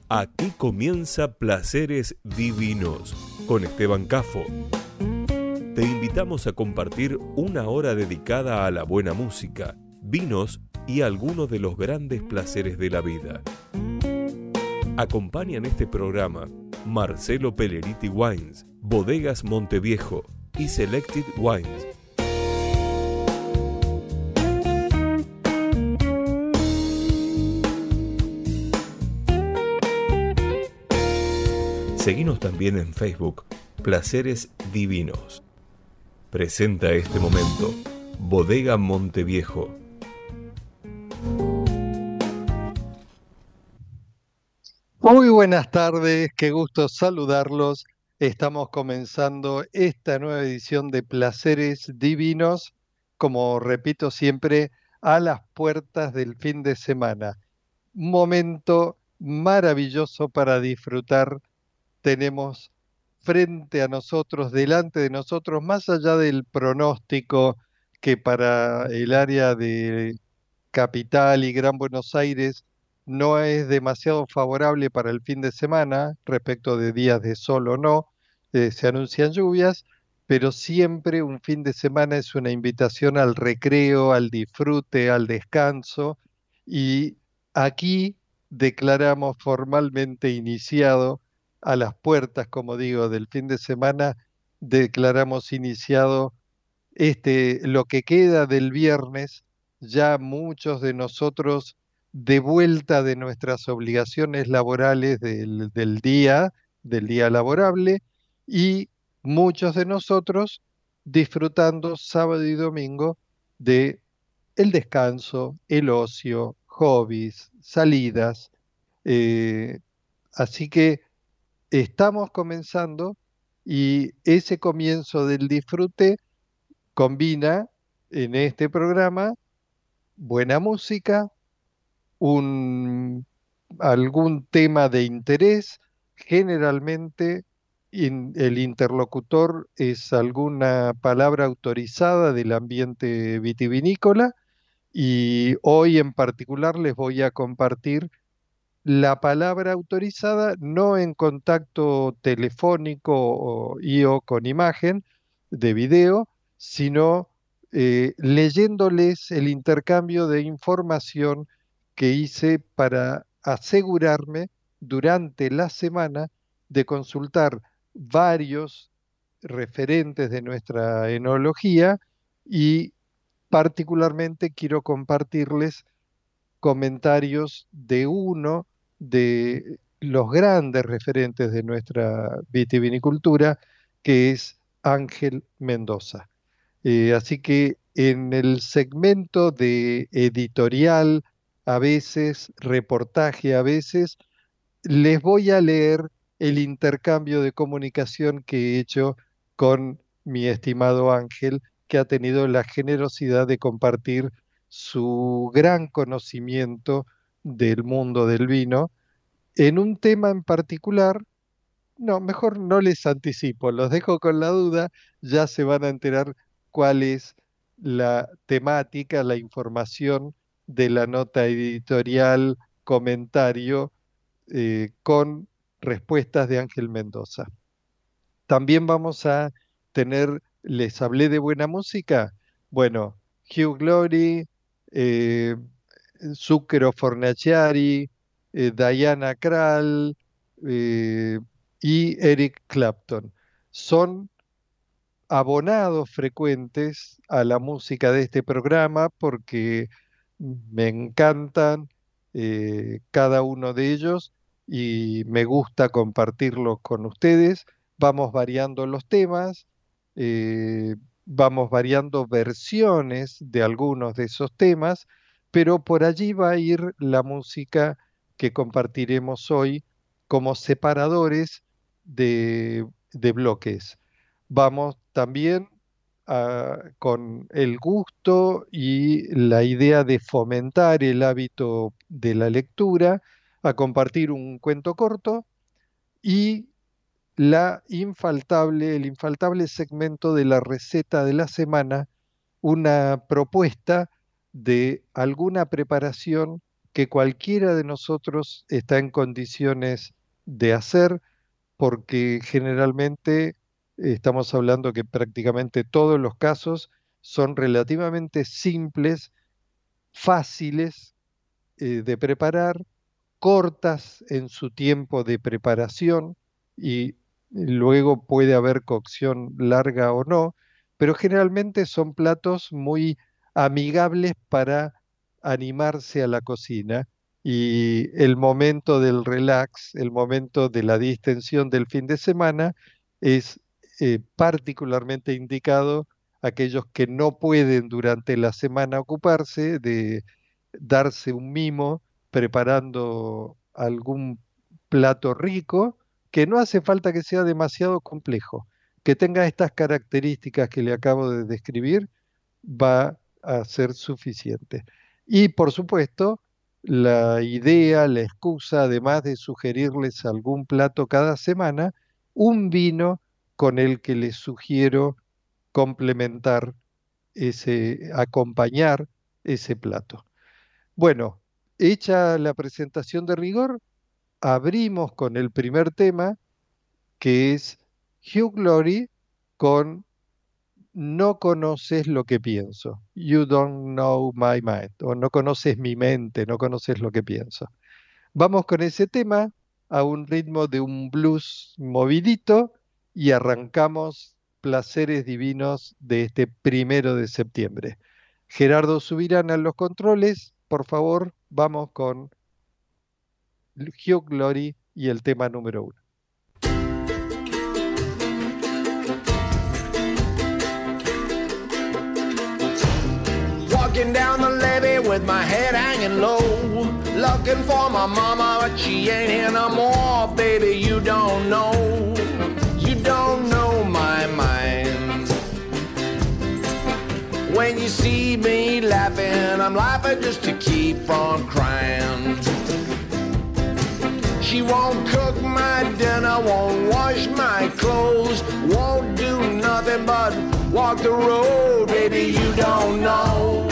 Aquí comienza Placeres Divinos con Esteban Cafo. Te invitamos a compartir una hora dedicada a la buena música, vinos y algunos de los grandes placeres de la vida. Acompañan este programa Marcelo Pelleriti Wines, Bodegas Monteviejo y Selected Wines. Seguinos también en Facebook, Placeres Divinos. Presenta este momento, Bodega Monteviejo. Muy buenas tardes, qué gusto saludarlos. Estamos comenzando esta nueva edición de Placeres Divinos, como repito siempre, a las puertas del fin de semana. Un momento maravilloso para disfrutar. Tenemos frente a nosotros, delante de nosotros, más allá del pronóstico que para el área de Capital y Gran Buenos Aires no es demasiado favorable para el fin de semana respecto de días de sol o no, se anuncian lluvias, pero siempre un fin de semana es una invitación al recreo, al disfrute, al descanso, y aquí declaramos formalmente iniciado a las puertas, como digo, del fin de semana, declaramos iniciado lo que queda del viernes. Ya muchos de nosotros de vuelta de nuestras obligaciones laborales del día laborable, y muchos de nosotros disfrutando sábado y domingo de el descanso, el ocio, hobbies, salidas. eh, Así que estamos comenzando, y ese comienzo del disfrute combina en este programa buena música, un, algún tema de interés. Generalmente el interlocutor es alguna palabra autorizada del ambiente vitivinícola, y hoy en particular les voy a compartir la palabra autorizada, no en contacto telefónico o con imagen de video, sino leyéndoles el intercambio de información que hice para asegurarme durante la semana de consultar varios referentes de nuestra enología, y particularmente quiero compartirles comentarios de uno de los grandes referentes de nuestra vitivinicultura, que es Ángel Mendoza. Así que en el segmento de editorial, a veces, reportaje, a veces, les voy a leer el intercambio de comunicación que he hecho con mi estimado Ángel, que ha tenido la generosidad de compartir su gran conocimiento del mundo del vino en un tema en particular. No, mejor no les anticipo, los dejo con la duda, ya se van a enterar cuál es la temática, la información de la nota editorial, comentario con respuestas de Ángel Mendoza. También vamos a tener, les hablé de buena música, bueno, Hugh Glory, eh, Zucchero Fornaciari, Diana Krall eh, y Eric Clapton. Son abonados frecuentes a la música de este programa porque me encantan cada uno de ellos, y me gusta compartirlos con ustedes. Vamos variando los temas, eh, vamos variando versiones de algunos de esos temas, pero por allí va a ir la música que compartiremos hoy como separadores de bloques. Vamos también con el gusto y la idea de fomentar el hábito de la lectura, a compartir un cuento corto y el infaltable segmento de la receta de la semana, una propuesta de alguna preparación que cualquiera de nosotros está en condiciones de hacer, porque generalmente estamos hablando que prácticamente todos los casos son relativamente simples, fáciles de preparar, cortas en su tiempo de preparación y luego puede haber cocción larga o no, pero generalmente son platos muy amigables para animarse a la cocina y el momento del relax, el momento de la distensión del fin de semana es particularmente indicado aquellos que no pueden durante la semana ocuparse de darse un mimo preparando algún plato rico, que no hace falta que sea demasiado complejo, que tenga estas características que le acabo de describir, va a ser suficiente. Y por supuesto, la idea, la excusa, además de sugerirles algún plato cada semana, un vino con el que les sugiero complementar acompañar ese plato. Bueno, hecha la presentación de rigor, abrimos con el primer tema, que es Hugh Glory con No conoces lo que pienso. You don't know my mind. O no conoces mi mente, no conoces lo que pienso. Vamos con ese tema a un ritmo de un blues movidito y arrancamos Placeres Divinos de este 1 de septiembre. Gerardo Subirana en los controles, por favor, vamos con Hugh Glory y el tema número 1. Walking down the levee with my head hanging low, looking for my mama, but she ain't here no more. Baby, you don't know my mind. When you see me laughing, I'm laughing just to keep from crying. She won't cook my dinner, won't wash my clothes, won't do nothing but walk the road. Baby, you don't know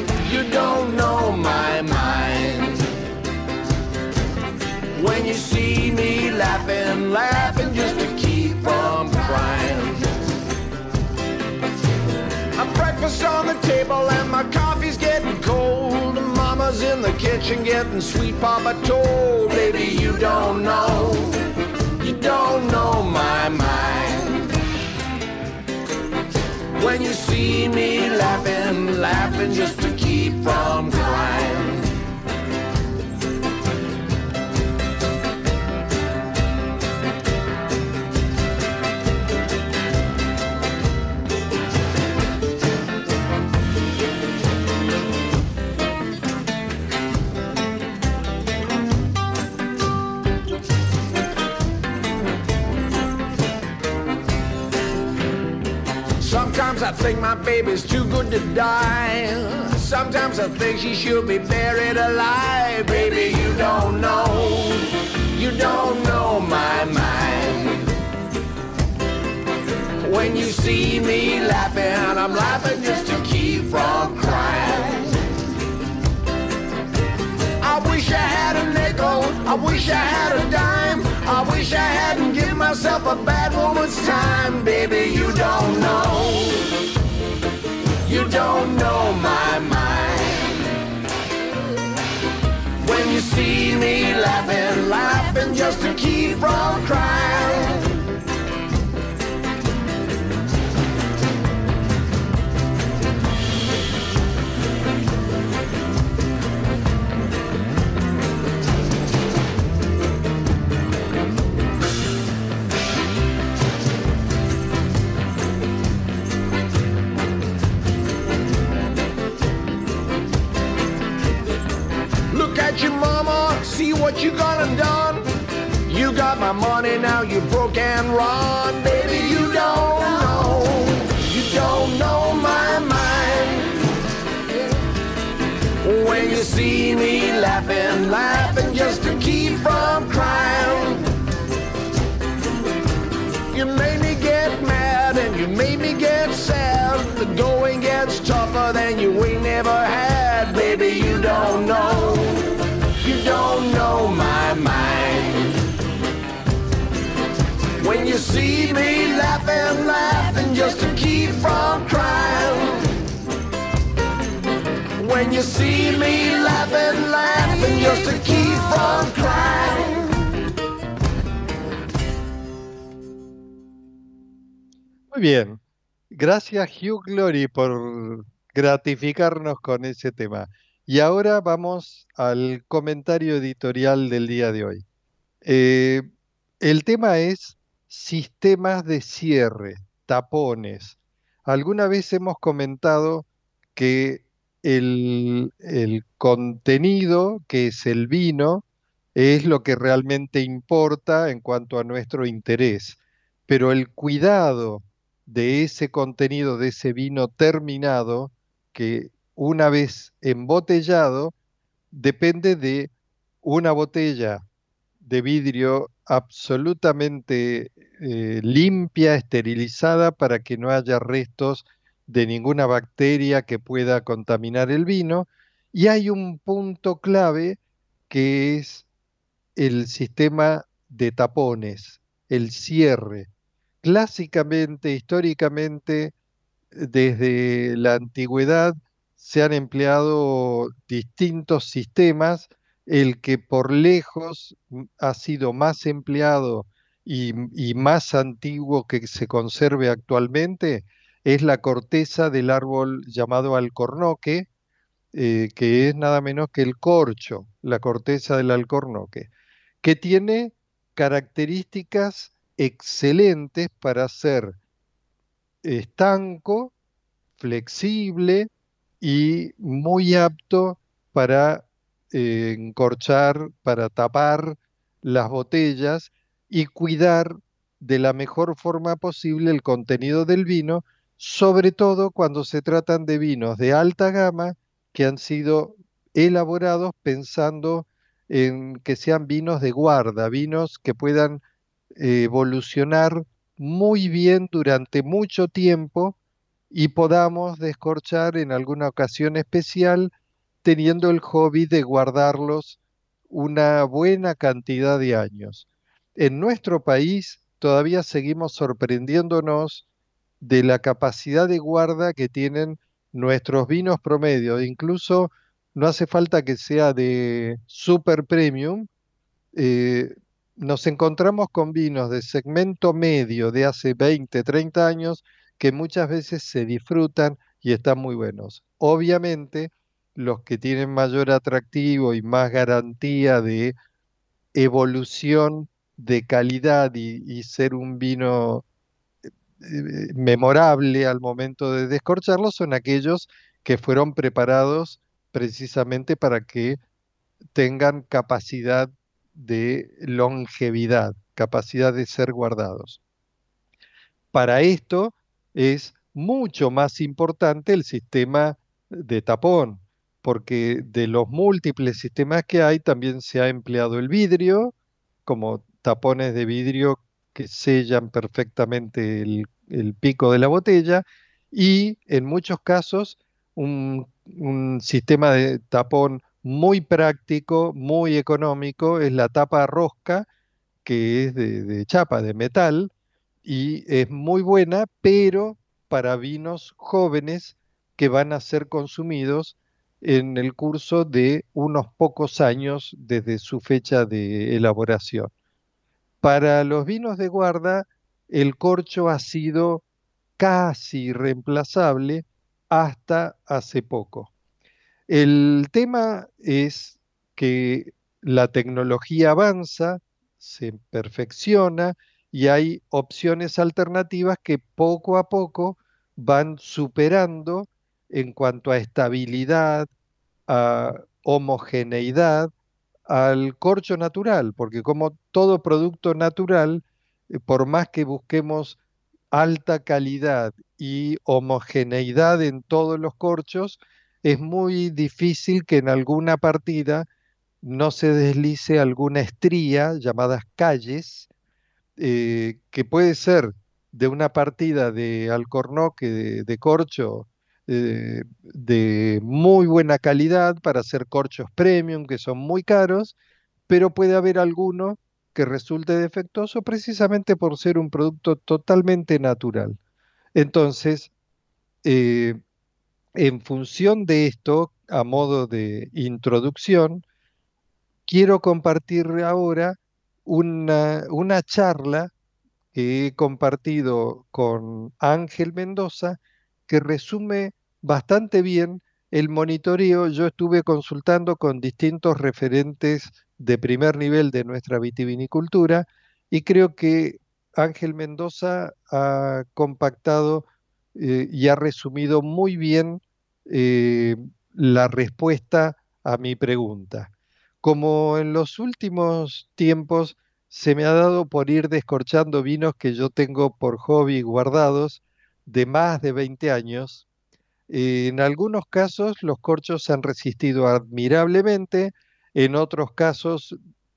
my mind. When you see me laughing, laughing just to keep from crying. Breakfast on the table and my coffee's getting cold. Mama's in the kitchen getting sweet Papa told. Baby, you don't know my mind. When you see me laughing, laughing just to keep from crying. Sometimes I think my baby's too good to die. Sometimes I think she should be buried alive. Baby, you don't know my mind. When you see me laughing, I'm laughing just to keep from crying. I wish I had a nickel, I wish I had a dime, I wish I hadn't given myself a bad woman's time. Baby, you don't know my mind. When you see me laughing, laughing just to keep from crying. Your mama, see what you gone done. You got my money, now you broke and run. Baby, you don't know my mind. When you see me laughing, laughing just to keep from crying. You made me get mad and you made me get sad. The going gets tougher than you ain't never had. Baby, you don't know when you see me laughing, laughing just to keep from crying. Muy bien. Gracias, Hugh Glory, por gratificarnos con ese tema. Y ahora vamos al comentario editorial del día de hoy. Eh, el tema es sistemas de cierre, tapones. Alguna vez hemos comentado que el contenido, que es el vino, es lo que realmente importa en cuanto a nuestro interés, pero el cuidado de ese contenido, de ese vino terminado, que una vez embotellado, depende de una botella de vidrio absolutamente limpia, esterilizada, para que no haya restos de ninguna bacteria que pueda contaminar el vino. Y hay un punto clave que es el sistema de tapones, el cierre. Clásicamente, históricamente, desde la antigüedad se han empleado distintos sistemas. El que por lejos ha sido más empleado y más antiguo que se conserve actualmente es la corteza del árbol llamado alcornoque, que es nada menos que el corcho, la corteza del alcornoque, que tiene características excelentes para ser estanco, flexible y muy apto para encorchar, para tapar las botellas y cuidar de la mejor forma posible el contenido del vino, sobre todo cuando se tratan de vinos de alta gama que han sido elaborados pensando en que sean vinos de guarda, vinos que puedan evolucionar muy bien durante mucho tiempo y podamos descorchar en alguna ocasión especial, teniendo el hobby de guardarlos una buena cantidad de años. En nuestro país todavía seguimos sorprendiéndonos de la capacidad de guarda que tienen nuestros vinos promedio. Incluso no hace falta que sea de super premium. eh, Nos encontramos con vinos de segmento medio de hace 20, 30 años que muchas veces se disfrutan y están muy buenos. Obviamente, los que tienen mayor atractivo y más garantía de evolución de calidad y ser un vino memorable al momento de descorcharlo son aquellos que fueron preparados precisamente para que tengan capacidad de longevidad, capacidad de ser guardados. Para esto es mucho más importante el sistema de tapón, porque de los múltiples sistemas que hay también se ha empleado el vidrio, como tapones de vidrio que sellan perfectamente el pico de la botella, y en muchos casos un sistema de tapón muy práctico, muy económico, es la tapa rosca, que es de chapa, de metal, y es muy buena, pero para vinos jóvenes que van a ser consumidos en el curso de unos pocos años desde su fecha de elaboración. Para los vinos de guarda, el corcho ha sido casi reemplazable hasta hace poco. El tema es que la tecnología avanza, se perfecciona y hay opciones alternativas que poco a poco van superando en cuanto a estabilidad, a homogeneidad, al corcho natural, porque como todo producto natural, por más que busquemos alta calidad y homogeneidad en todos los corchos, es muy difícil que en alguna partida no se deslice alguna estría, llamadas calles, que puede ser de una partida de alcornoque, de corcho, de muy buena calidad para hacer corchos premium, que son muy caros, pero puede haber alguno que resulte defectuoso precisamente por ser un producto totalmente natural. Entonces, eh, En función de esto, a modo de introducción, quiero compartir ahora una charla que he compartido con Ángel Mendoza, que resume bastante bien el monitoreo. Yo estuve consultando con distintos referentes de primer nivel de nuestra vitivinicultura y creo que Ángel Mendoza ha compactado y ha resumido muy bien eh, la respuesta a mi pregunta. Como en los últimos tiempos se me ha dado por ir descorchando vinos que yo tengo por hobby guardados de más de 20 años. En algunos casos los corchos han resistido admirablemente, en otros casos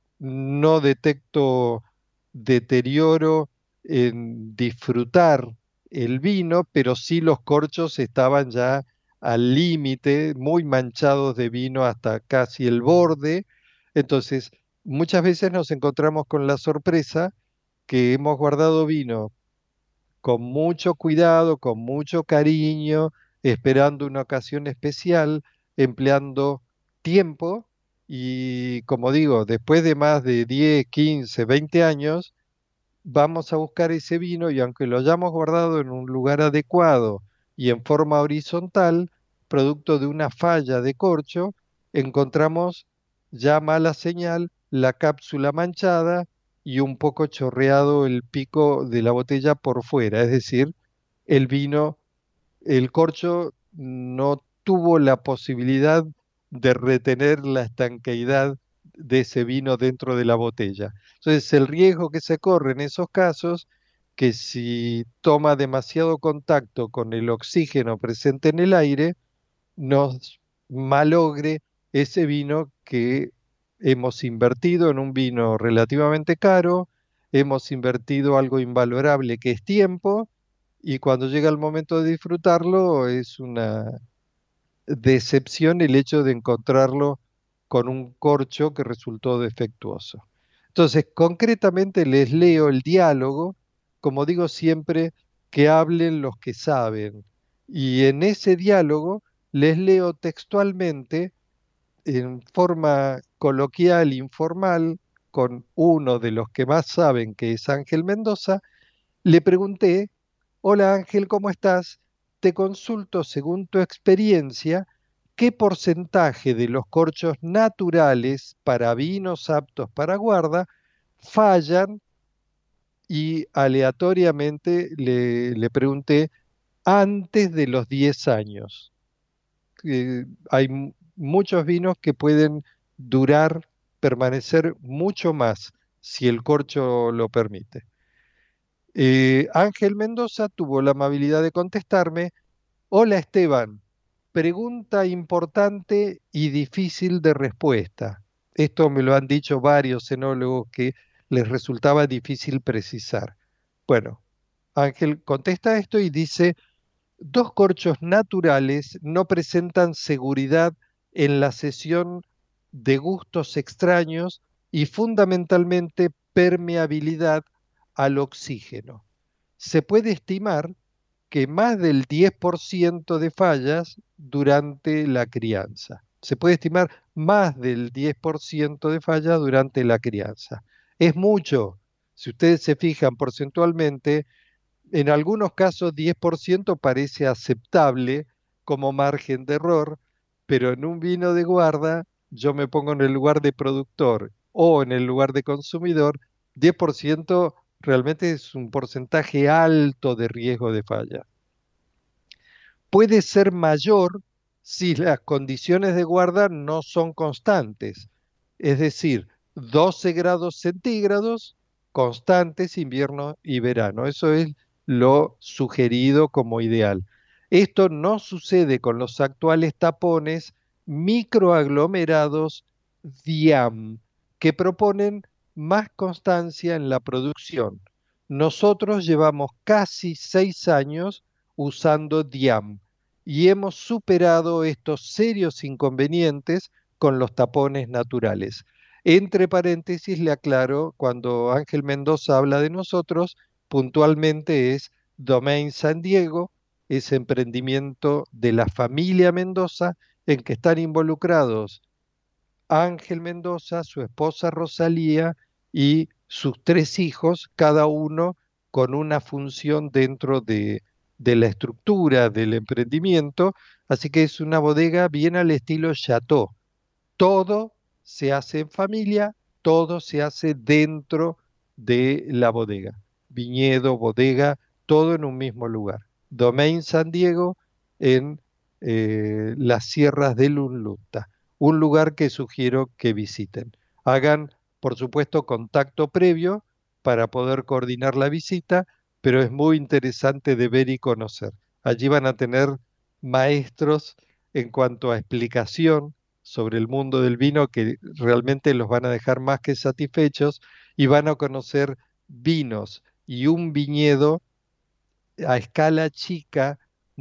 no detecto deterioro en disfrutar el vino, pero sí los corchos estaban ya al límite, muy manchados de vino hasta casi el borde. Entonces, muchas veces nos encontramos con la sorpresa que hemos guardado vino con mucho cuidado, con mucho cariño, esperando una ocasión especial, empleando tiempo y, como digo, después de más de 10, 15, 20 años, vamos a buscar ese vino y aunque lo hayamos guardado en un lugar adecuado y en forma horizontal, producto de una falla de corcho, encontramos ya mala señal, la cápsula manchada y un poco chorreado el pico de la botella por fuera, es decir, el vino, el corcho no tuvo la posibilidad de retener la estanqueidad de ese vino dentro de la botella. Entonces, el riesgo que se corre en esos casos, que si toma demasiado contacto con el oxígeno presente en el aire, nos malogre ese vino que hemos invertido en un vino relativamente caro, hemos invertido algo invalorable que es tiempo, y cuando llega el momento de disfrutarlo es una decepción el hecho de encontrarlo con un corcho que resultó defectuoso. Entonces, concretamente les leo el diálogo, como digo siempre, que hablen los que saben. Y en ese diálogo les leo textualmente, en forma coloquial, informal, con uno de los que más saben, que es Ángel Mendoza. Le pregunté: hola Ángel, ¿cómo estás? Te consulto, según tu experiencia, ¿qué porcentaje de los corchos naturales para vinos aptos para guarda fallan? Y aleatoriamente le pregunté antes de los 10 años. Hay muchos vinos que pueden durar, permanecer mucho más si el corcho lo permite. Ángel Mendoza tuvo la amabilidad de contestarme: hola Esteban, pregunta importante y difícil de respuesta. Esto me lo han dicho varios enólogos que les resultaba difícil precisar. Bueno, Ángel contesta esto y dice: dos corchos naturales no presentan seguridad en la cesión de gustos extraños y fundamentalmente permeabilidad al oxígeno. Se puede estimar que más del 10% de fallas durante la crianza. Se puede estimar más del 10% de fallas durante la crianza. Es mucho. Si ustedes se fijan porcentualmente, en algunos casos 10% parece aceptable como margen de error, pero en un vino de guarda, yo me pongo en el lugar de productor o en el lugar de consumidor, 10% realmente es un porcentaje alto de riesgo de falla. Puede ser mayor si las condiciones de guarda no son constantes, es decir, 12 grados centígrados constantes invierno y verano. Eso es lo sugerido como ideal. Esto no sucede con los actuales tapones microaglomerados DIAM, que proponen más constancia en la producción. Nosotros llevamos casi 6 años usando DIAM y hemos superado estos serios inconvenientes con los tapones naturales. Entre paréntesis, le aclaro, cuando Ángel Mendoza habla de nosotros, puntualmente es Domain San Diego, ese emprendimiento de la familia Mendoza en que están involucrados Ángel Mendoza, su esposa Rosalía y sus 3 hijos, cada uno con una función dentro de la estructura del emprendimiento. Así que es una bodega bien al estilo Chateau. Todo se hace en familia, todo se hace dentro de la bodega. Viñedo, bodega, todo en un mismo lugar. Domain San Diego en las sierras de Lunluta, un lugar que sugiero que visiten. Hagan, por supuesto, contacto previo para poder coordinar la visita, pero es muy interesante de ver y conocer. Allí van a tener maestros en cuanto a explicación sobre el mundo del vino que realmente los van a dejar más que satisfechos y van a conocer vinos y un viñedo a escala chica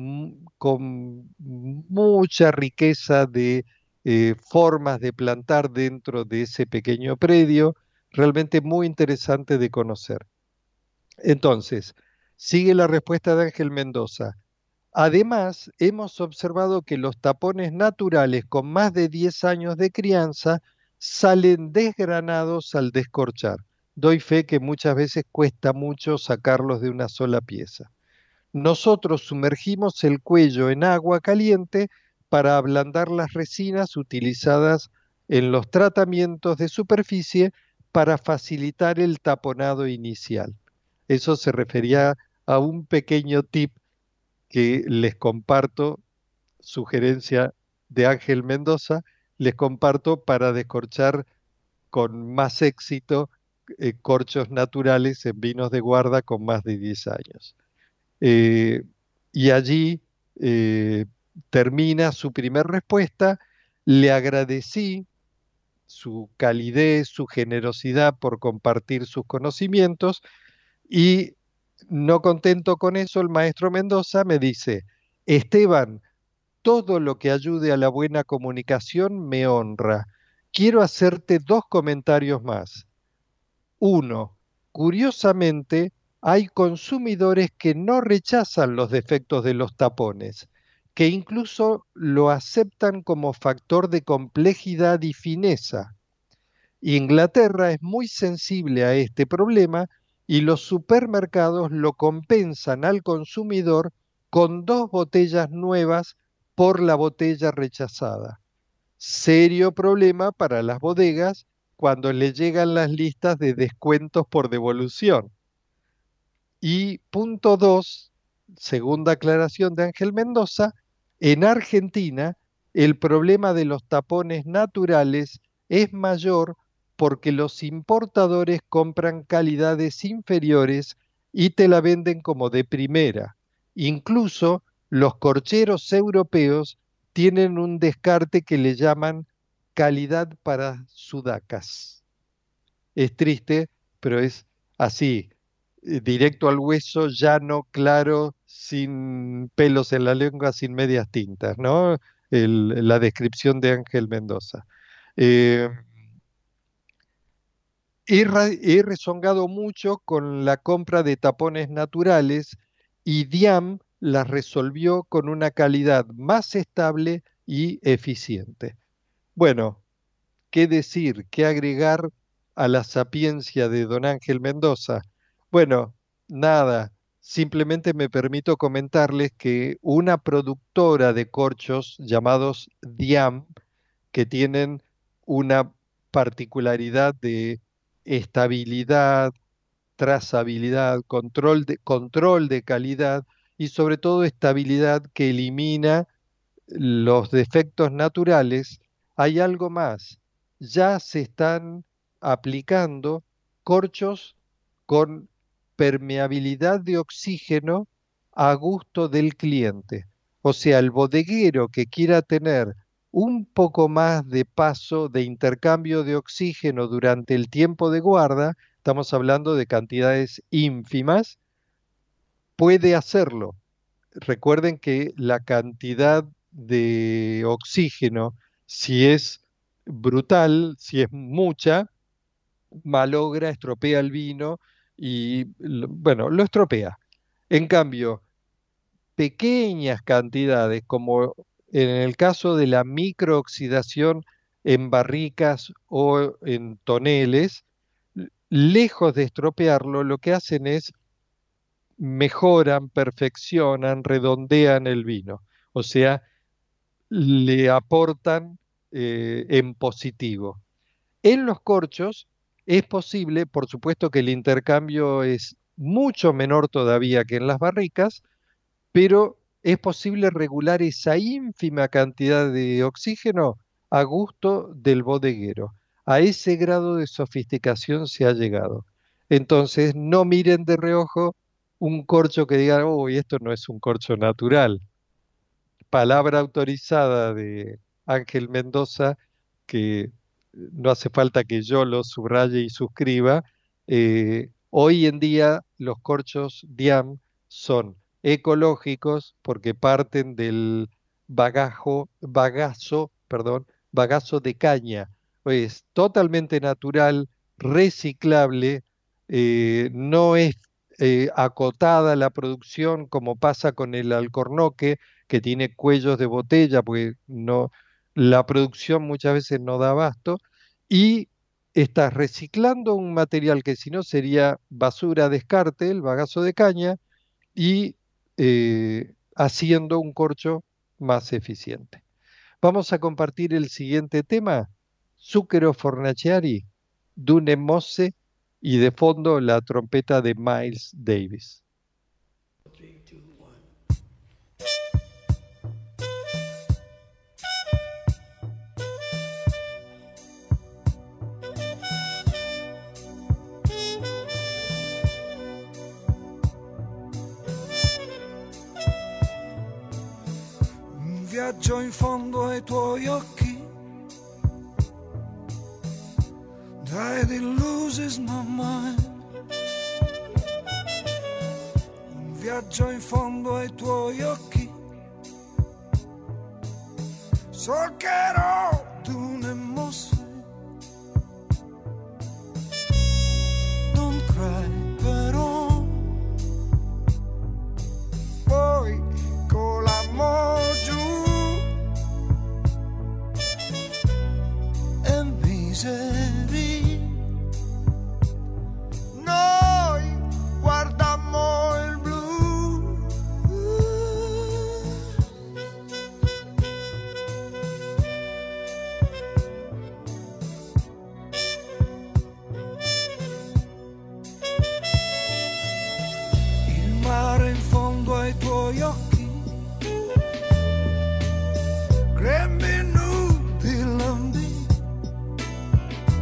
con mucha riqueza de formas de plantar dentro de ese pequeño predio, realmente muy interesante de conocer. Entonces, sigue la respuesta de Ángel Mendoza. Además, hemos observado que los tapones naturales con más de 10 años de crianza salen desgranados al descorchar. Doy fe que muchas veces cuesta mucho sacarlos de una sola pieza. Nosotros sumergimos el cuello en agua caliente para ablandar las resinas utilizadas en los tratamientos de superficie para facilitar el taponado inicial. Eso se refería a un pequeño tip que les comparto, sugerencia de Ángel Mendoza, les comparto para descorchar con más éxito corchos naturales en vinos de guarda con más de 10 años. Eh, y allí termina su primer respuesta. Le agradecí su calidez, su generosidad por compartir sus conocimientos y no contento con eso, el maestro Mendoza me dice, Esteban, todo lo que ayude a la buena comunicación me honra. Quiero hacerte 2 comentarios más. Uno, curiosamente, hay consumidores que no rechazan los defectos de los tapones, que incluso lo aceptan como factor de complejidad y fineza. Inglaterra es muy sensible a este problema y los supermercados lo compensan al consumidor con 2 botellas nuevas por la botella rechazada. Serio problema para las bodegas cuando le llegan las listas de descuentos por devolución. Y punto 2, segunda aclaración de Ángel Mendoza, en Argentina el problema de los tapones naturales es mayor porque los importadores compran calidades inferiores y te la venden como de primera. Incluso los corcheros europeos tienen un descarte que le llaman calidad para sudacas. Es triste, pero es así, directo al hueso, llano, claro, sin pelos en la lengua, sin medias tintas, ¿no? La descripción de Ángel Mendoza. Eh, he rezongado mucho con la compra de tapones naturales y Diam las resolvió con una calidad más estable y eficiente. Bueno, ¿qué decir? ¿Qué agregar a la sapiencia de don Ángel Mendoza? Bueno, nada, simplemente me permito comentarles que una productora de corchos llamados Diam, que tienen una particularidad de estabilidad, trazabilidad, control de calidad y sobre todo estabilidad que elimina los defectos naturales, hay algo más. Ya se están aplicando corchos con permeabilidad de oxígeno a gusto del cliente. O sea, el bodeguero que quiera tener un poco más de paso de intercambio de oxígeno durante el tiempo de guarda, estamos hablando de cantidades ínfimas, puede hacerlo. Recuerden que la cantidad de oxígeno, si es brutal, si es mucha, malogra, estropea el vino y, bueno, lo estropea. En cambio, pequeñas cantidades, como en el caso de la microoxidación en barricas o en toneles, lejos de estropearlo, lo que hacen es mejoran, perfeccionan, redondean el vino. O sea, le aportan en positivo. En los corchos es posible, por supuesto que el intercambio es mucho menor todavía que en las barricas, pero es posible regular esa ínfima cantidad de oxígeno a gusto del bodeguero. A ese grado de sofisticación se ha llegado. Entonces, no miren de reojo un corcho que diga, uy, esto no es un corcho natural. Palabra autorizada de Ángel Mendoza, que no hace falta que yo lo subraye y suscriba. Hoy en día los corchos DIAM son ecológicos porque parten del bagazo de caña. Es totalmente natural, reciclable, no es acotada la producción como pasa con el alcornoque, que tiene cuellos de botella, porque no, la producción muchas veces no da abasto, y estás reciclando un material que si no sería basura, descarte, el bagazo de caña, y haciendo un corcho más eficiente. Vamos a compartir el siguiente tema, Zucchero Fornaciari, Dune Mosse, y de fondo la trompeta de Miles Davis. Un viaggio in fondo ai tuoi occhi, died it loses my mind. Un viaggio in fondo ai tuoi occhi, solcherò dune mosse. Don't cry però, poi con l'amore e miseria noi guardammo il blu. Il mare in fondo ai tuoi occhi, gremmi nudi lambì,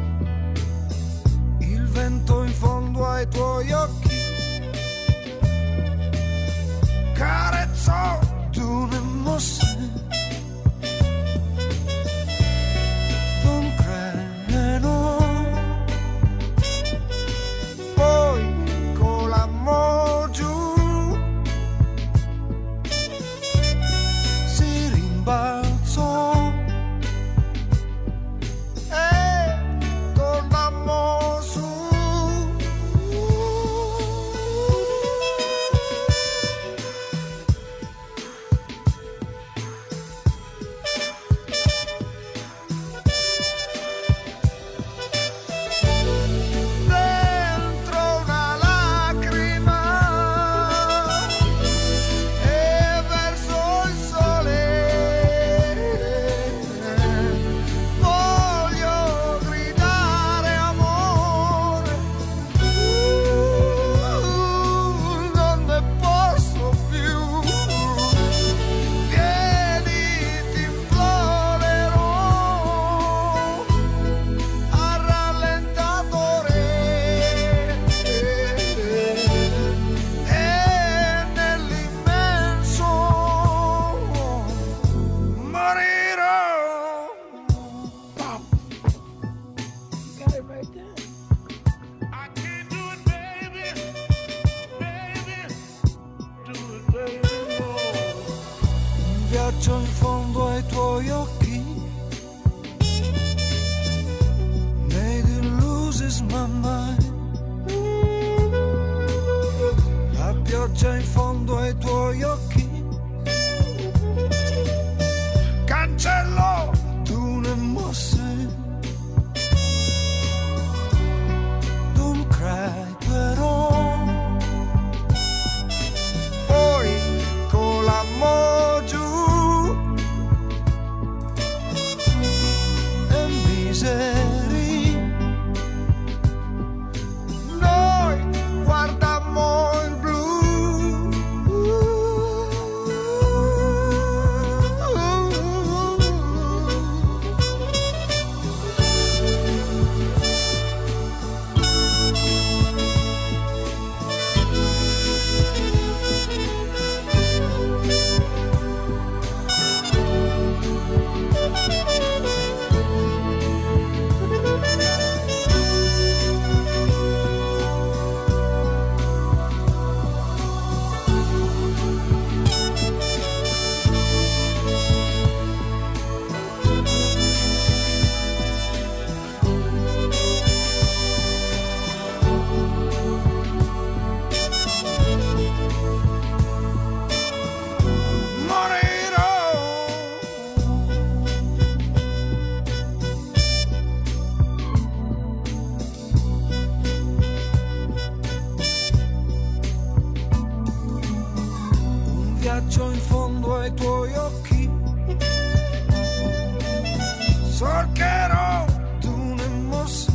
cercherò di un'emozione,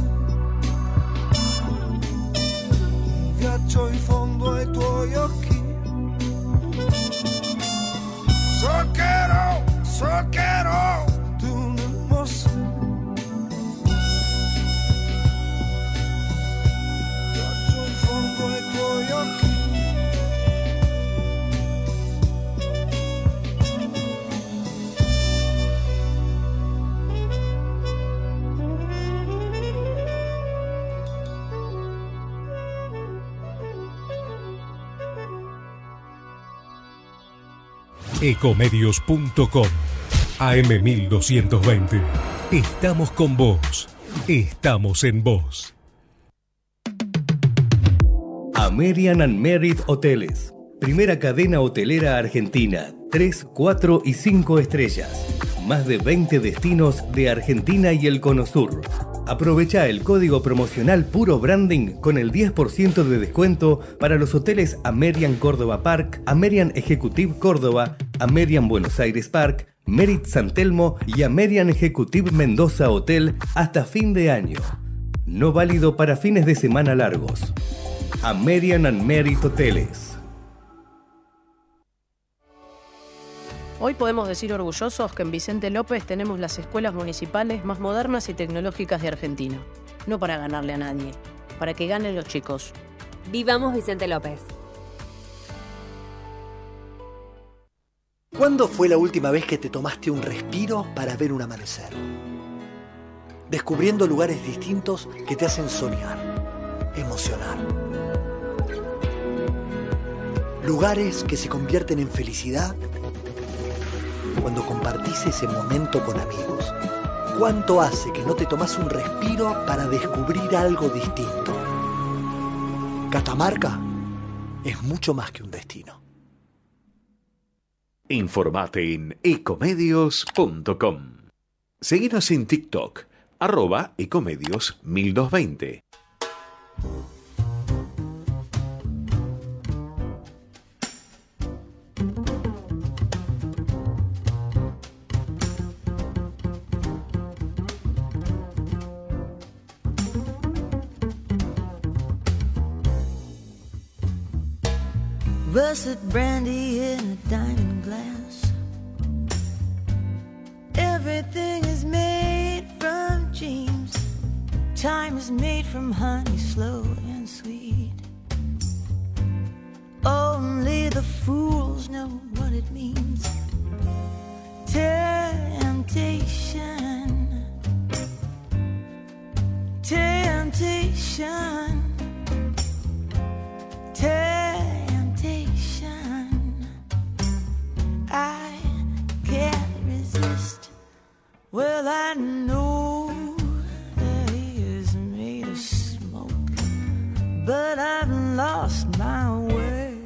un viaggio in fondo ai tuoi occhi. Cercherò di un'emozione, viaggio in fondo ai tuoi occhi. Ecomedios.com AM1220. Estamos con vos. Estamos en vos. American and Merit Hoteles. Primera cadena hotelera argentina. 3, 4 y 5 estrellas. Más de 20 destinos de Argentina y el Cono Sur. Aprovecha el código promocional Puro Branding con el 10% de descuento para los hoteles American Córdoba Park, American Executive Córdoba, American Buenos Aires Park, Merit San Telmo y American Executive Mendoza Hotel hasta fin de año. No válido para fines de semana largos. American and Merit Hoteles. Hoy podemos decir orgullosos que en Vicente López tenemos las escuelas municipales más modernas y tecnológicas de Argentina. No para ganarle a nadie, para que ganen los chicos. Vivamos Vicente López. ¿Cuándo fue la última vez que te tomaste un respiro para ver un amanecer? Descubriendo lugares distintos que te hacen soñar, emocionar. Lugares que se convierten en felicidad cuando compartís ese momento con amigos. ¿Cuánto hace que no te tomás un respiro para descubrir algo distinto? Catamarca es mucho más que un destino. Informate en ecomedios.com. Seguinos en TikTok, @ecomedios1220. Russet brandy in a diamond glass. Everything is made from dreams. Time is made from honey, slow and sweet. Only the fools know what it means. Temptation, temptation, I can't resist. Well, I know that he is made of smoke, but I've lost my way.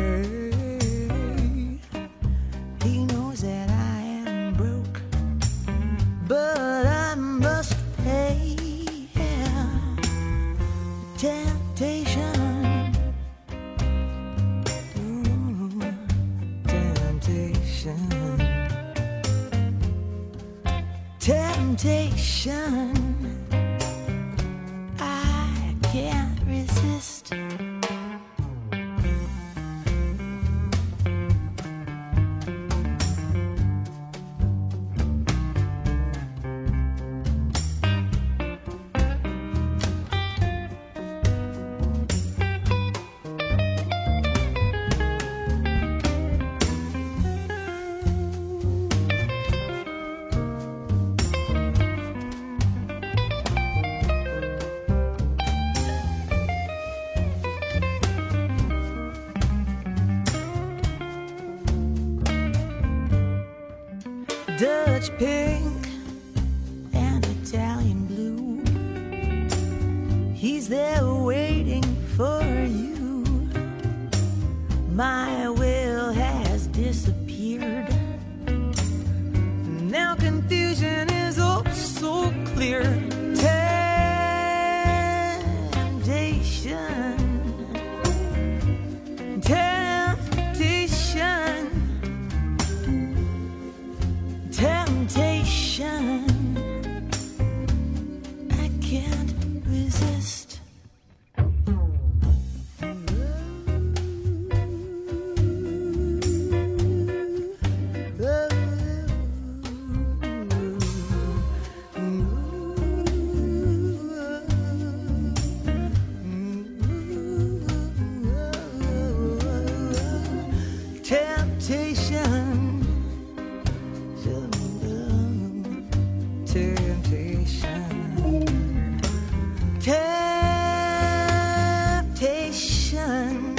He knows that I am broke, but I must pay. Temptation. Temptation, I can't resist. Dutch pink and Italian blue. He's there waiting for you. My will has disappeared. Now confusion is oh so clear. Temptation, temptation, temptation. temptation. Temptation,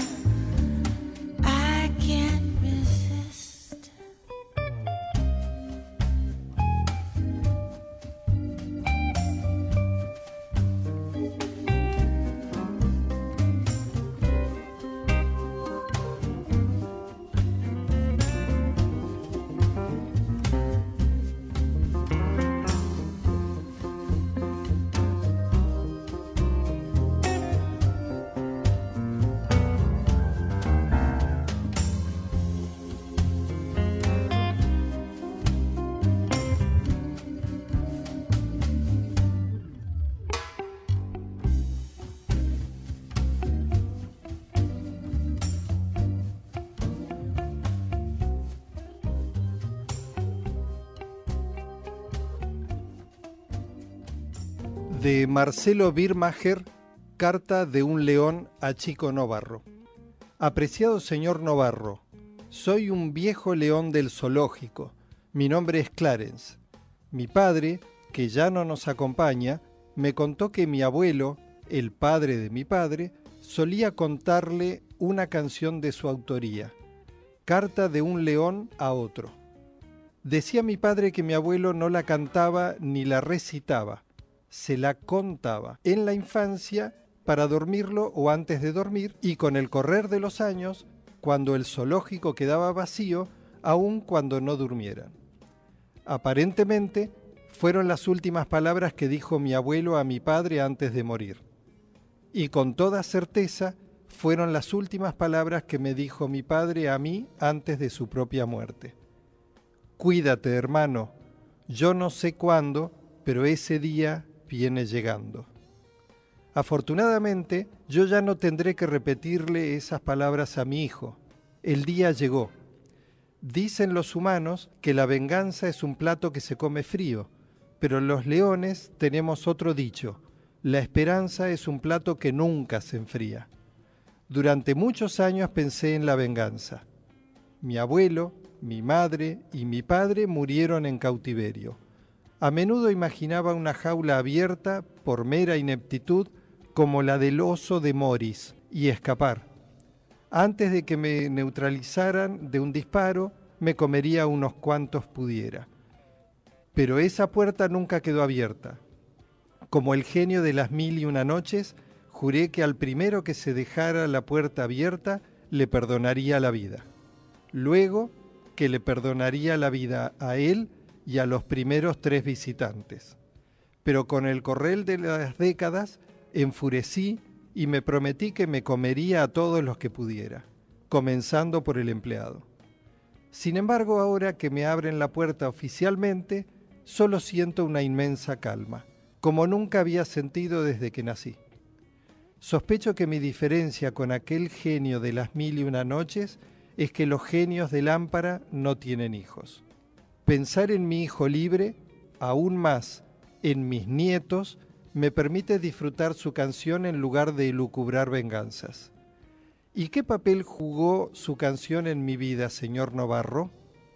I can't resist. De Marcelo Birmacher, carta de un león a Chico Novarro. Apreciado señor Novarro, soy un viejo león del zoológico. Mi nombre es Clarence. Mi padre, que ya no nos acompaña, me contó que mi abuelo, el padre de mi padre, solía contarle una canción de su autoría, Carta de un león a otro. Decía mi padre que mi abuelo no la cantaba ni la recitaba, se la contaba en la infancia para dormirlo o antes de dormir, y con el correr de los años, cuando el zoológico quedaba vacío, aun cuando no durmieran. Aparentemente, fueron las últimas palabras que dijo mi abuelo a mi padre antes de morir. Y con toda certeza, fueron las últimas palabras que me dijo mi padre a mí antes de su propia muerte. Cuídate, hermano, yo no sé cuándo, pero ese día viene llegando. Afortunadamente, yo ya no tendré que repetirle esas palabras a mi hijo. El día llegó. Dicen los humanos que la venganza es un plato que se come frío, pero los leones tenemos otro dicho: la esperanza es un plato que nunca se enfría. Durante muchos años pensé en la venganza. Mi abuelo, mi madre y mi padre murieron en cautiverio. A menudo imaginaba una jaula abierta por mera ineptitud como la del oso de Morris y escapar. Antes de que me neutralizaran de un disparo, me comería unos cuantos pudiera. Pero esa puerta nunca quedó abierta. Como el genio de las 1001 noches, juré que al primero que se dejara la puerta abierta le perdonaría la vida. Luego que le perdonaría la vida a él y a los primeros 3 visitantes. Pero con el correr de las décadas enfurecí y me prometí que me comería a todos los que pudiera, comenzando por el empleado. Sin embargo, ahora que me abren la puerta oficialmente, solo siento una inmensa calma, como nunca había sentido desde que nací. Sospecho que mi diferencia con aquel genio de las 1001 noches es que los genios de lámpara no tienen hijos. Pensar en mi hijo libre, aún más en mis nietos, me permite disfrutar su canción en lugar de elucubrar venganzas. ¿Y qué papel jugó su canción en mi vida, señor Novarro?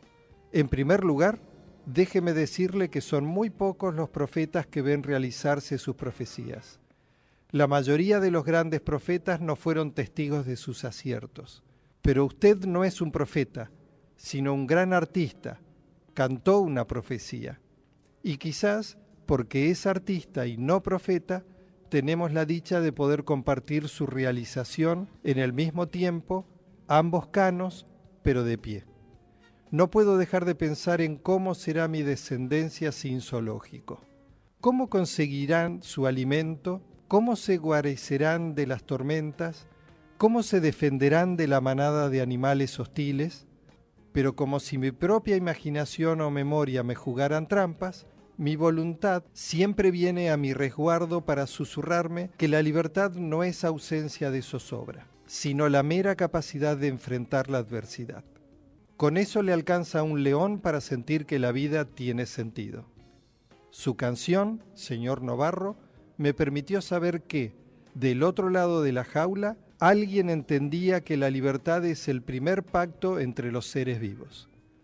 En primer lugar, déjeme decirle que son muy pocos los profetas que ven realizarse sus profecías. La mayoría de los grandes profetas no fueron testigos de sus aciertos. Pero usted no es un profeta, sino un gran artista. Cantó una profecía. Y quizás, porque es artista y no profeta, tenemos la dicha de poder compartir su realización en el mismo tiempo, ambos canos, pero de pie. No puedo dejar de pensar en cómo será mi descendencia sin zoológico. ¿Cómo conseguirán su alimento? ¿Cómo se guarecerán de las tormentas? ¿Cómo se defenderán de la manada de animales hostiles? Pero como si mi propia imaginación o memoria me jugaran trampas, mi voluntad siempre viene a mi resguardo para susurrarme que la libertad no es ausencia de zozobra, sino la mera capacidad de enfrentar la adversidad. Con eso le alcanza a un león para sentir que la vida tiene sentido. Su canción, señor Novarro, me permitió saber que, del otro lado de la jaula, alguien entendía que la libertad es el primer pacto entre los seres vivos.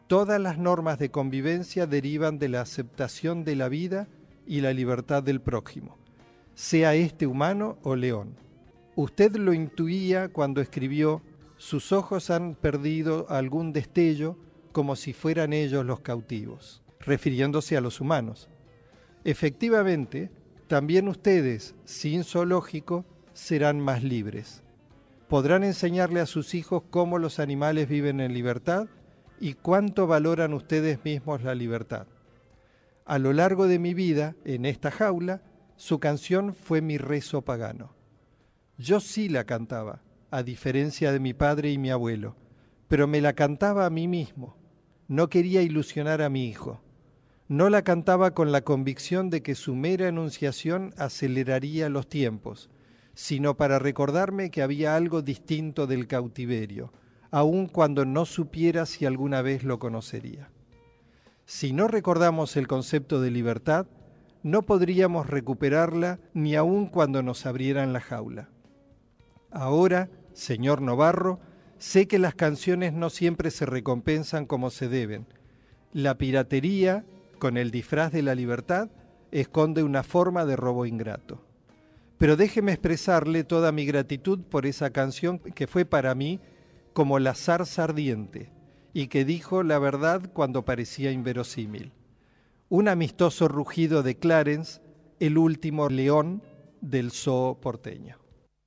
Todas las normas de convivencia derivan de la aceptación de la vida y la libertad del prójimo, sea este humano o león. Usted lo intuía cuando escribió: sus ojos han perdido algún destello como si fueran ellos los cautivos, refiriéndose a los humanos. Efectivamente, también ustedes, sin zoológico, serán más libres. Podrán enseñarle a sus hijos cómo los animales viven en libertad y cuánto valoran ustedes mismos la libertad. A lo largo de mi vida, en esta jaula, su canción fue mi rezo pagano. Yo sí la cantaba, a diferencia de mi padre y mi abuelo, pero me la cantaba a mí mismo. No quería ilusionar a mi hijo. No la cantaba con la convicción de que su mera enunciación aceleraría los tiempos, sino para recordarme que había algo distinto del cautiverio, aun cuando no supiera si alguna vez lo conocería. Si no recordamos el concepto de libertad, no podríamos recuperarla ni aun cuando nos abrieran la jaula. Ahora, señor Novarro, sé que las canciones no siempre se recompensan como se deben. La piratería, con el disfraz de la libertad, esconde una forma de robo ingrato. Pero déjeme expresarle toda mi gratitud por esa canción que fue para mí como la zarza ardiente y que dijo la verdad cuando parecía inverosímil. Un amistoso rugido de Clarence, el último león del zoo porteño.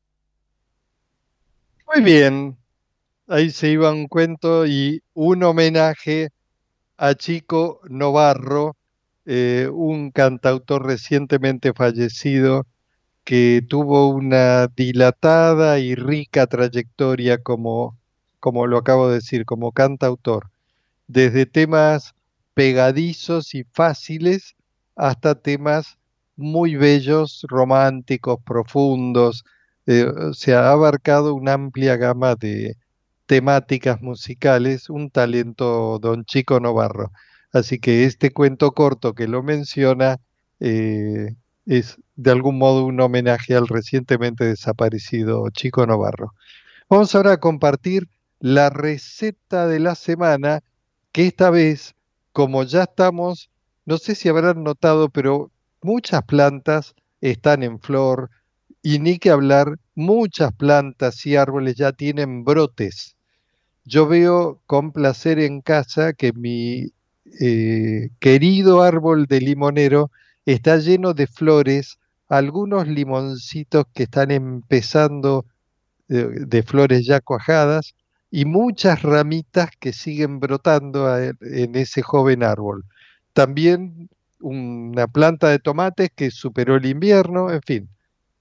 Muy bien, ahí se iba un cuento y un homenaje a Chico Novarro, un cantautor recientemente fallecido que tuvo una dilatada y rica trayectoria como lo acabo de decir, como cantautor, desde temas pegadizos y fáciles hasta temas muy bellos, románticos, profundos. Se ha abarcado una amplia gama de temáticas musicales, un talento don Chico Novarro. Así que este cuento corto que lo menciona es de algún modo un homenaje al recientemente desaparecido Chico Novarro. Vamos ahora a compartir la receta de la semana, que esta vez, como ya estamos, no sé si habrán notado, pero muchas plantas están en flor, y ni que hablar, muchas plantas y árboles ya tienen brotes. Yo veo con placer en casa que mi querido árbol de limonero está lleno de flores, algunos limoncitos que están empezando de flores ya cuajadas y muchas ramitas que siguen brotando en ese joven árbol. También una planta de tomates que superó el invierno, en fin.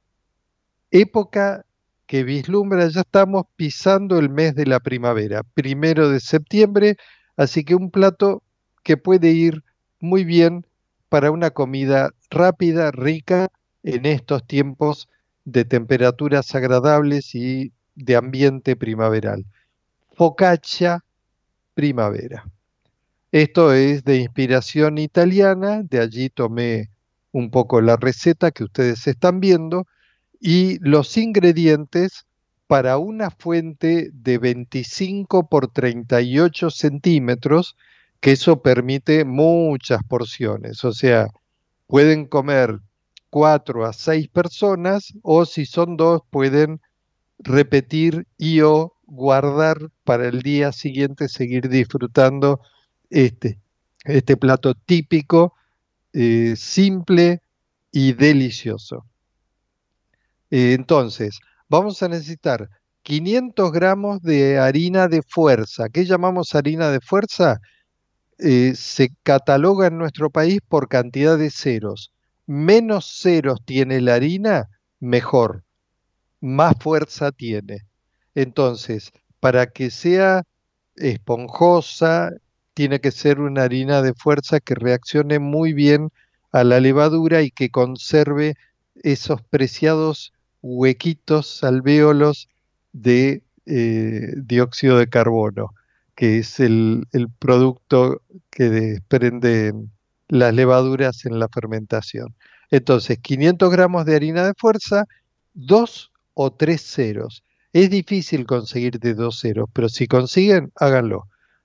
Época que vislumbra, ya estamos pisando el mes de la primavera, 1 de septiembre, así que un plato que puede ir muy bien para una comida rápida, rica, en estos tiempos de temperaturas agradables y de ambiente primaveral. Focaccia primavera. Esto es de inspiración italiana, de allí tomé un poco la receta que ustedes están viendo, y los ingredientes para una fuente de 25 por 38 centímetros, que eso permite muchas porciones, o sea, pueden comer 4 a 6 personas, o si son 2 pueden repetir y o guardar para el día siguiente, seguir disfrutando este plato típico, simple y delicioso. Entonces, vamos a necesitar 500 gramos de harina de fuerza. ¿Qué llamamos harina de fuerza? Se cataloga en nuestro país por cantidad de ceros. Menos ceros tiene la harina, mejor. Más fuerza tiene. Entonces, para que sea esponjosa, tiene que ser una harina de fuerza que reaccione muy bien a la levadura y que conserve esos preciados huequitos, alvéolos de dióxido de carbono, que es el producto que desprenden las levaduras en la fermentación. Entonces, 500 gramos de harina de fuerza, 2 o 3 ceros. Es difícil conseguir de 2 ceros, pero si consiguen, háganlo.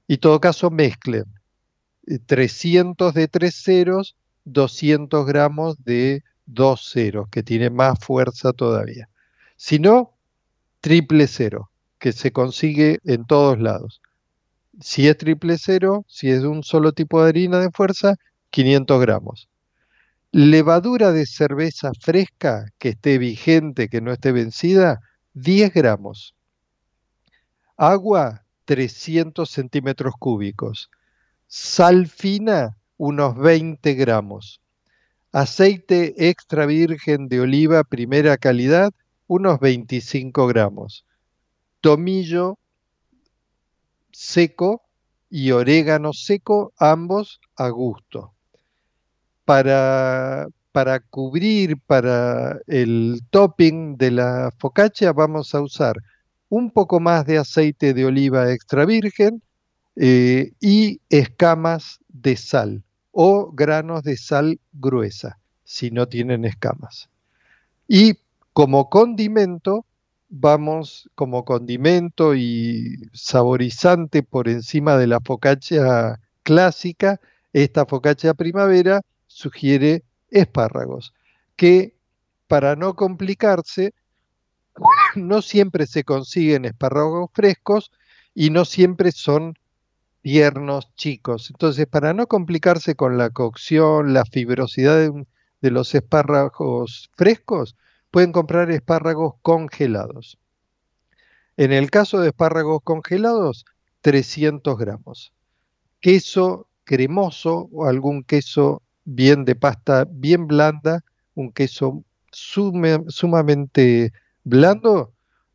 Y en todo caso mezclen 300 de 3 ceros, 200 gramos de 2 ceros, que tiene más fuerza todavía. Si no, triple cero, que se consigue en todos lados. Si es triple cero, si es de un solo tipo de harina de fuerza, 500 gramos. Levadura de cerveza fresca, que esté vigente, que no esté vencida, 10 gramos. Agua, 300 centímetros cúbicos. Sal fina, unos 20 gramos. Aceite extra virgen de oliva primera calidad, unos 25 gramos. Tomillo seco y orégano seco, ambos a gusto. Para cubrir, para el topping de la focaccia, vamos a usar un poco más de aceite de oliva extra virgen y escamas de sal o granos de sal gruesa, si no tienen escamas. Y como condimento, como condimento y saborizante por encima de la focaccia clásica, esta focaccia primavera sugiere espárragos, que para no complicarse, no siempre se consiguen espárragos frescos y no siempre son tiernos, chicos. Entonces, para no complicarse con la cocción, la fibrosidad de los espárragos frescos, pueden comprar espárragos congelados. En el caso de espárragos congelados, 300 gramos. Queso cremoso o algún queso bien de pasta bien blanda, un queso sumamente blando,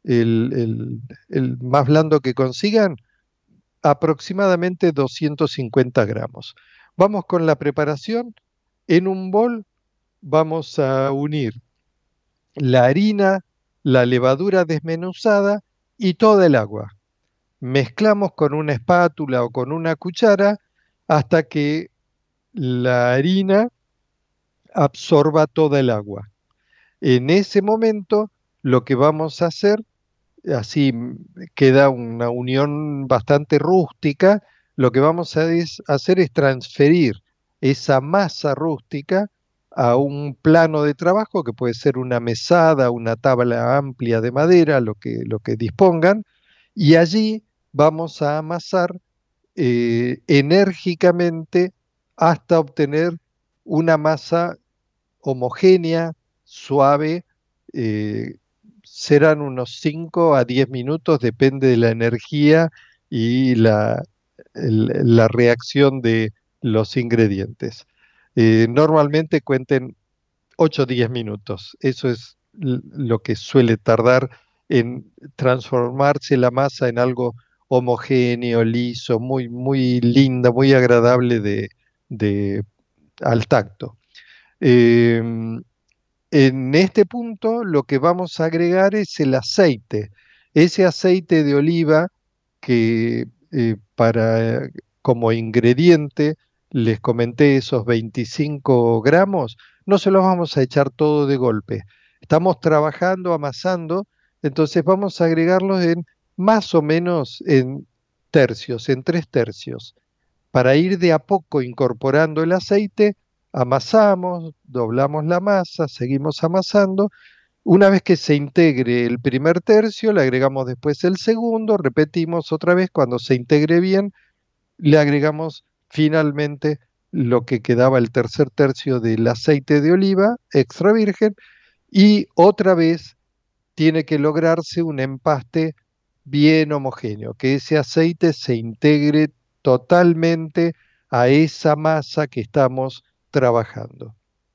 el más blando que consigan, aproximadamente 250 gramos. Vamos con la preparación. En un bol vamos a unir la harina, la levadura desmenuzada y toda el agua. Mezclamos con una espátula o con una cuchara hasta que la harina absorba toda el agua. En ese momento, lo que vamos a hacer, así queda una unión bastante rústica, lo que vamos a hacer es transferir esa masa rústica a un plano de trabajo que puede ser una mesada, una tabla amplia de madera, lo que dispongan, y allí vamos a amasar enérgicamente hasta obtener una masa homogénea, suave, serán unos 5 a 10 minutos, depende de la energía y la reacción de los ingredientes. Normalmente cuenten 8 o 10 minutos, eso es lo que suele tardar en transformarse la masa en algo homogéneo, liso, muy, muy linda, muy agradable al tacto. En este punto lo que vamos a agregar es el aceite. Ese aceite de oliva que como ingrediente les comenté esos 25 gramos, no se los vamos a echar todo de golpe. Estamos trabajando, amasando, entonces vamos a agregarlos en más o menos en tercios, en 3 tercios. Para ir de a poco incorporando el aceite, amasamos, doblamos la masa, seguimos amasando. Una vez que se integre el primer tercio, le agregamos después el segundo, repetimos otra vez, cuando se integre bien, le agregamos finalmente lo que quedaba el tercer tercio del aceite de oliva extra virgen y otra vez tiene que lograrse un empaste bien homogéneo, que ese aceite se integre totalmente a esa masa que estamos trabajando.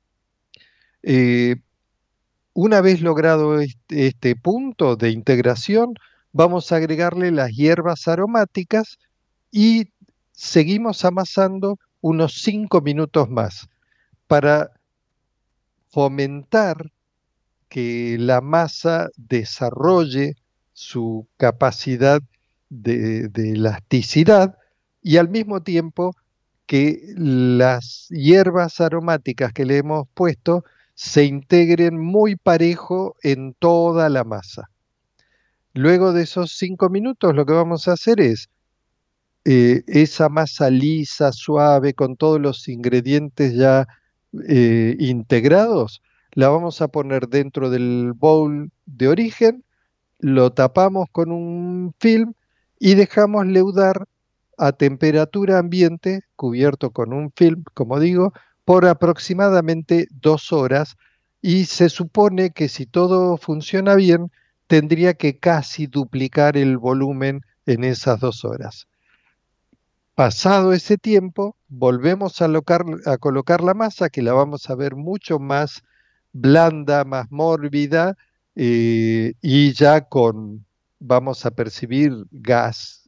Una vez logrado este punto de integración, vamos a agregarle las hierbas aromáticas y seguimos amasando unos 5 minutos más para fomentar que la masa desarrolle su capacidad de elasticidad y al mismo tiempo que las hierbas aromáticas que le hemos puesto se integren muy parejo en toda la masa. Luego de esos 5 minutos lo que vamos a hacer es esa masa lisa, suave, con todos los ingredientes ya integrados, la vamos a poner dentro del bowl de origen, lo tapamos con un film y dejamos leudar a temperatura ambiente, cubierto con un film, como digo, por aproximadamente 2 horas, y se supone que si todo funciona bien, tendría que casi duplicar el volumen en esas 2 horas. Pasado ese tiempo, volvemos a colocar la masa, que la vamos a ver mucho más blanda, más mórbida, y ya vamos a percibir gas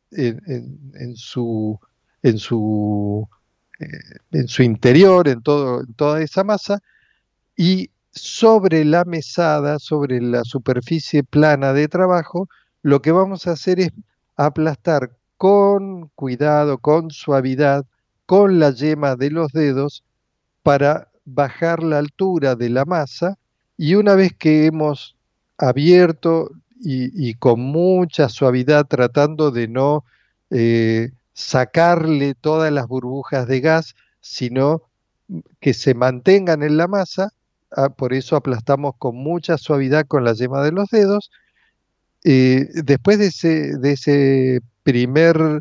en su, eh, en su interior, en toda esa masa, y sobre la mesada, sobre la superficie plana de trabajo, lo que vamos a hacer es aplastar con cuidado, con suavidad, con la yema de los dedos, para bajar la altura de la masa, y una vez que hemos abierto y con mucha suavidad, tratando de no sacarle todas las burbujas de gas, sino que se mantengan en la masa, por eso aplastamos con mucha suavidad con la yema de los dedos. Después de ese primer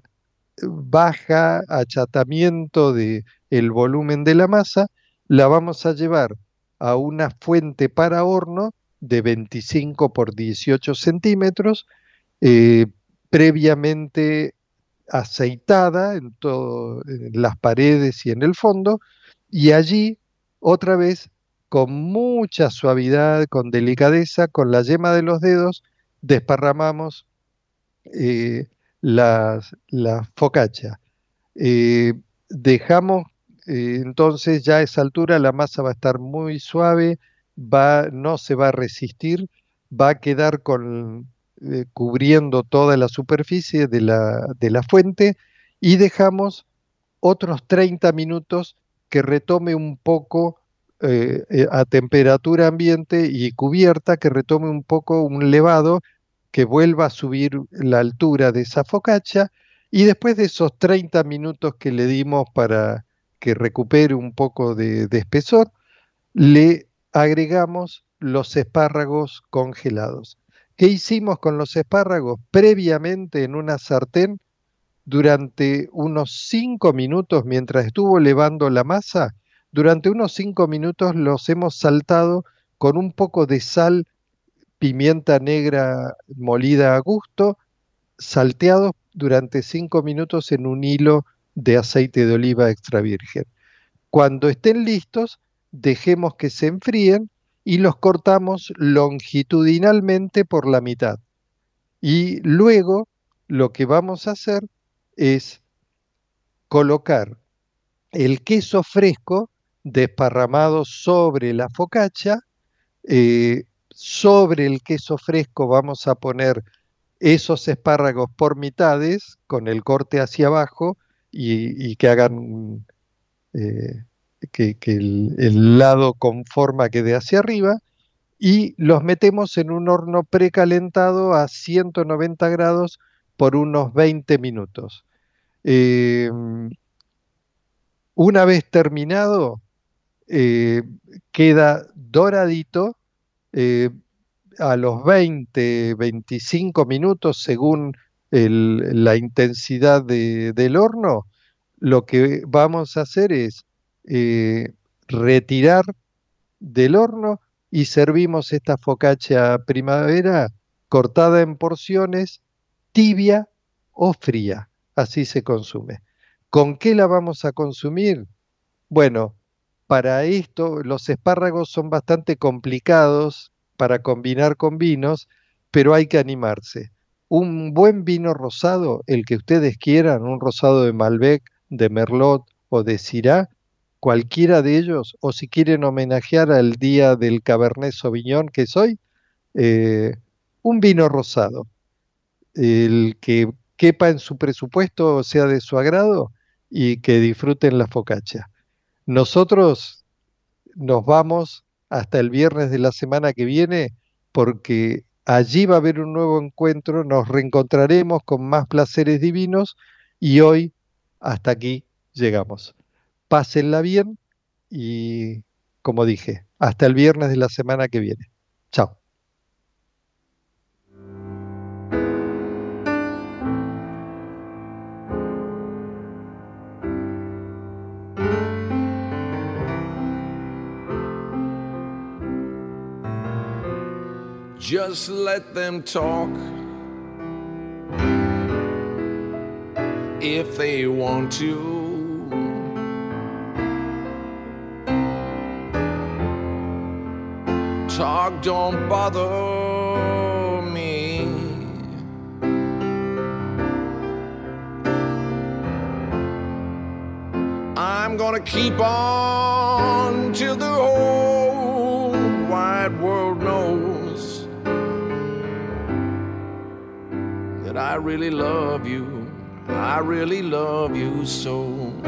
achatamiento de el volumen de la masa, la vamos a llevar a una fuente para horno de 25 por 18 centímetros, previamente aceitada en las paredes y en el fondo, y allí otra vez con mucha suavidad, con delicadeza, con la yema de los dedos, desparramamos la focaccia. Dejamos entonces ya a esa altura la masa va a estar muy suave, no se va a resistir, va a quedar cubriendo toda la superficie de la fuente, y dejamos otros 30 minutos que retome un poco a temperatura ambiente y cubierta, que retome un poco un levado, que vuelva a subir la altura de esa focaccia, y después de esos 30 minutos que le dimos para que recupere un poco de espesor, le agregamos los espárragos congelados. ¿Qué hicimos con los espárragos? Previamente en una sartén, durante unos 5 minutos, mientras estuvo levando la masa, durante unos 5 minutos los hemos saltado con un poco de sal, pimienta negra molida a gusto, salteados durante 5 minutos en un hilo de aceite de oliva extra virgen. Cuando estén listos, dejemos que se enfríen y los cortamos longitudinalmente por la mitad. Y luego lo que vamos a hacer es colocar el queso fresco desparramado sobre la focaccia. Sobre el queso fresco vamos a poner esos espárragos por mitades, con el corte hacia abajo, y que hagan que el lado con forma quede hacia arriba, y los metemos en un horno precalentado a 190 grados por unos 20 minutos. Una vez terminado, queda doradito. A los 20-25 minutos, según la intensidad del horno, lo que vamos a hacer es retirar del horno, y servimos esta focaccia primavera cortada en porciones, tibia o fría. Así se consume. ¿Con qué la vamos a consumir? Bueno, para esto los espárragos son bastante complicados para combinar con vinos, pero hay que animarse. Un buen vino rosado, el que ustedes quieran, un rosado de Malbec, de Merlot o de Syrah, cualquiera de ellos, o si quieren homenajear al día del Cabernet Sauvignon que soy, un vino rosado, el que quepa en su presupuesto, sea de su agrado, y que disfruten la focaccia. Nosotros nos vamos hasta el viernes de la semana que viene, porque allí va a haber un nuevo encuentro, nos reencontraremos con más placeres divinos, Y hoy hasta aquí llegamos. Pásenla bien y, como dije, hasta el viernes de la semana que viene. Chao. Just let them talk if they want to. Talk don't bother me. I'm gonna keep on till the whole wide world knows that I really love you so.